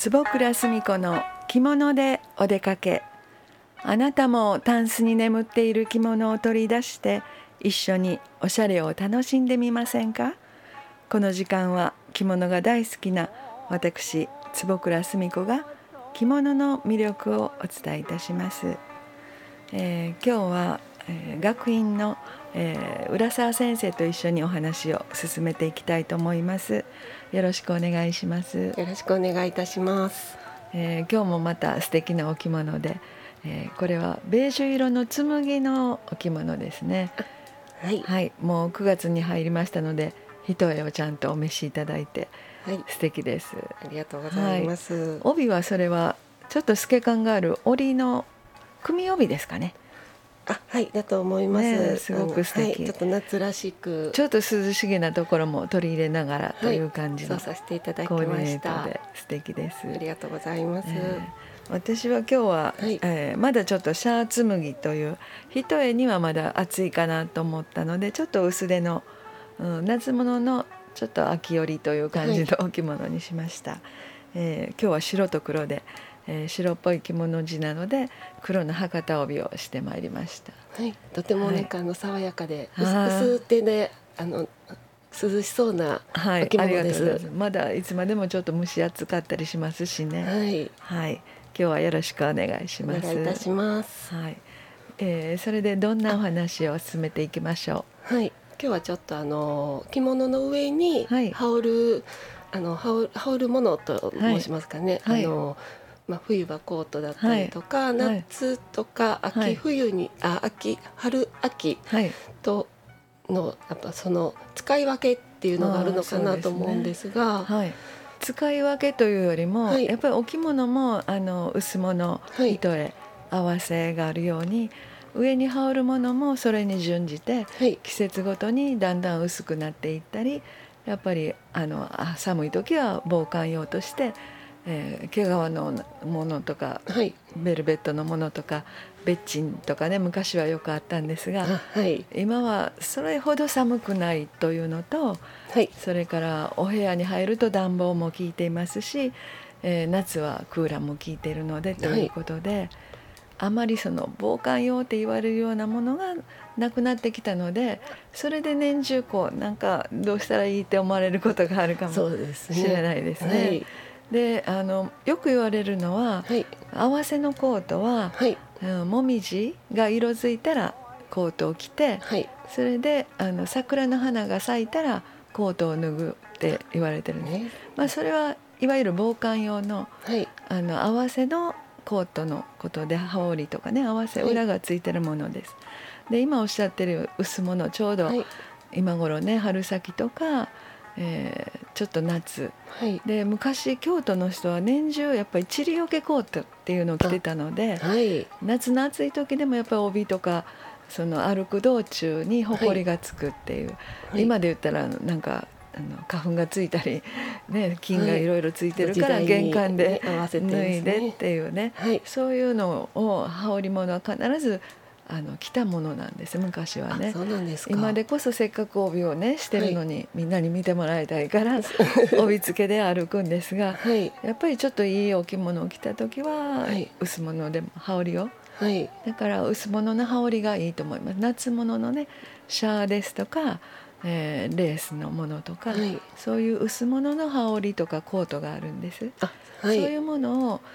坪倉澄子の着物でお出かけ。あなたもタンスに眠っている着物を取り出して一緒におしゃれを楽しんでみませんか。この時間は着物が大好きな私坪倉澄子が着物の魅力をお伝えいたします。今日は、学院の、浦沢先生と一緒にお話を進めていきたいと思います。よろしくお願いします。 よろしくお願いいたします。 今日もまた素敵なお着物で、これはベージュ色の紬のお着物ですね。 はい、 はい、もう9月に入りましたので一重をちゃんとお召しいただいて、 はい、 素敵です。 ありがとうございます。 はい、帯はそれはちょっと透け感がある織の組帯ですかね。 はい、だと思います。 ね、すごく素敵、 ちょっと夏らしく、 ちょっと涼しげなところも取り入れながらという感じの、 そうさせていただきコーディました。 ネートで素敵です。 ありがとうございます。 私は今日は、まだちょっとシャー紬という一重にはまだ暑いかなと思ったのでちょっと薄手の、夏物のちょっと秋寄りという感じのお着物にしました。今日は白と黒で、白っぽい着物地なので黒の博多帯をしてまいりました。 はい、とても爽やかで、薄手で涼しそうなお着物です。 ありがとうございます。まだいつまでもちょっと蒸し暑かったりしますしね。はい、今日はよろしくお願いします。 お願いいたします。 はい、それでどんなお話を進めていきましょう。はい、今日はちょっと着物の上に羽織る、羽織るものと申しますかね。冬はコートだったりとか、夏とか秋冬に、春秋とのやっぱその使い分けっていうのがあるのかなと思うんですが、 使い分けというよりも、やっぱりお着物も薄物、糸へ合わせがあるように上に羽織るものもそれに準じて、季節ごとにだんだん薄くなっていったり、やっぱり寒い時は防寒用として毛皮のものとか、ベルベットのものとかベッチンとかね、昔はよくあったんですが、今はそれほど寒くないというのと、それからお部屋に入ると暖房も効いていますし、夏はクーラーも効いているのでということで、あまりその防寒用って言われるようなものがなくなってきたので、それで年中なんかどうしたらいいって思われることがあるかもしれないですね。でよく言われるのは、合わせのコートは、もみじが色づいたらコートを着て、それで桜の花が咲いたらコートを脱ぐって言われてるんです。それはいわゆる防寒用の、合わせのコートのことで、羽織とかね、合わせ裏がついてるものです。で今おっしゃってる薄物、ちょうど今頃ね、春先とかちょっと夏、で昔京都の人は年中やっぱりチリよけコートっていうのを着てたので、夏の暑い時でもやっぱり帯とかその歩く道中にほこりがつくっていう、今で言ったらなんか花粉がついたり、ね、菌がいろいろついてるから玄関で脱いでっていうね、そういうのを羽織物は必ず着たものなんです昔はね。 そうなんですか。 今でこそせっかく帯をねしてるのに、みんなに見てもらいたいから帯付けで歩くんですが、やっぱりちょっといいお着物を着た時は、薄物でも羽織を、だから薄物の羽織がいいと思います。夏物のね、シャーですとか、レースのものとか、そういう薄物の羽織とかコートがあるんです。そういうものを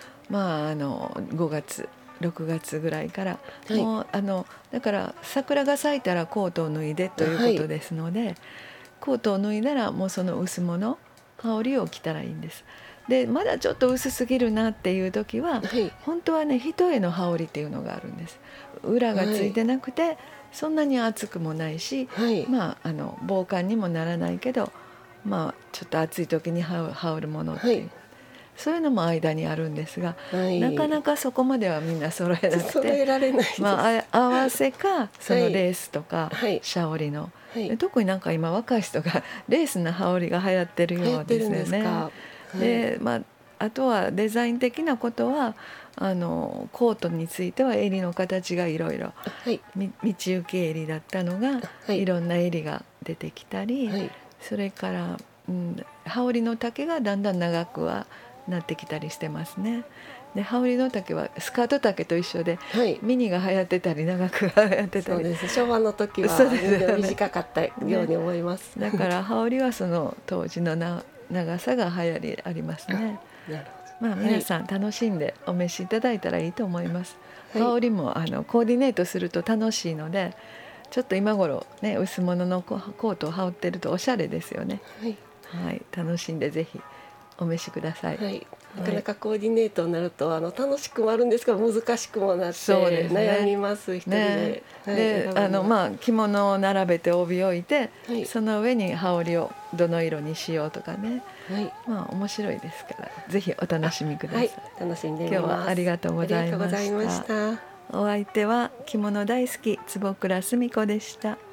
5月6月ぐらいから、もうだから桜が咲いたらコートを脱いでということですので、コートを脱いだらもうその薄物羽織を着たらいいんです。でまだちょっと薄すぎるなっていう時は、本当はね、一重の羽織っていうのがあるんです。裏がついてなくて、そんなに厚くもないし、防寒にもならないけど、ちょっと暑い時に羽織るものっていう、そういうのも間にあるんですが、なかなかそこまではみんな揃えなくて、 揃えられないです。 合わせかそのレースとか、シャオリの、特になんか今若い人がレースの羽織が流行ってるようですよね。であとはデザイン的なことはコートについては襟の形がいろいろ道行き襟だったのが、いろんな襟が出てきたり、それから、羽織の丈がだんだん長くはなってきたりしてますね。で羽織の丈はスカート丈と一緒で、 はい、 ミニが流行ってたり長くが流行ってたり、 そうです、昭和の時は短かったように思います、 ね、だから羽織はその当時の長さが流行りありますね。 なるほど、皆さん楽しんでお召しいただいたらいいと思います。 はい、 羽織もコーディネートすると楽しいので、ちょっと今頃ね薄物のコートを羽織ってるとおしゃれですよね。 はい、 はい、楽しんでぜひお召しください。 はい、なかなかコーディネートになると楽しくもあるんですが難しくもなって悩みます、一人で。 で着物を並べて帯を置いて、その上に羽織をどの色にしようとかね、面白いですからぜひお楽しみください。 楽しんでみます。 今日はありがとうございました。お相手は着物大好き坪倉澄子でした。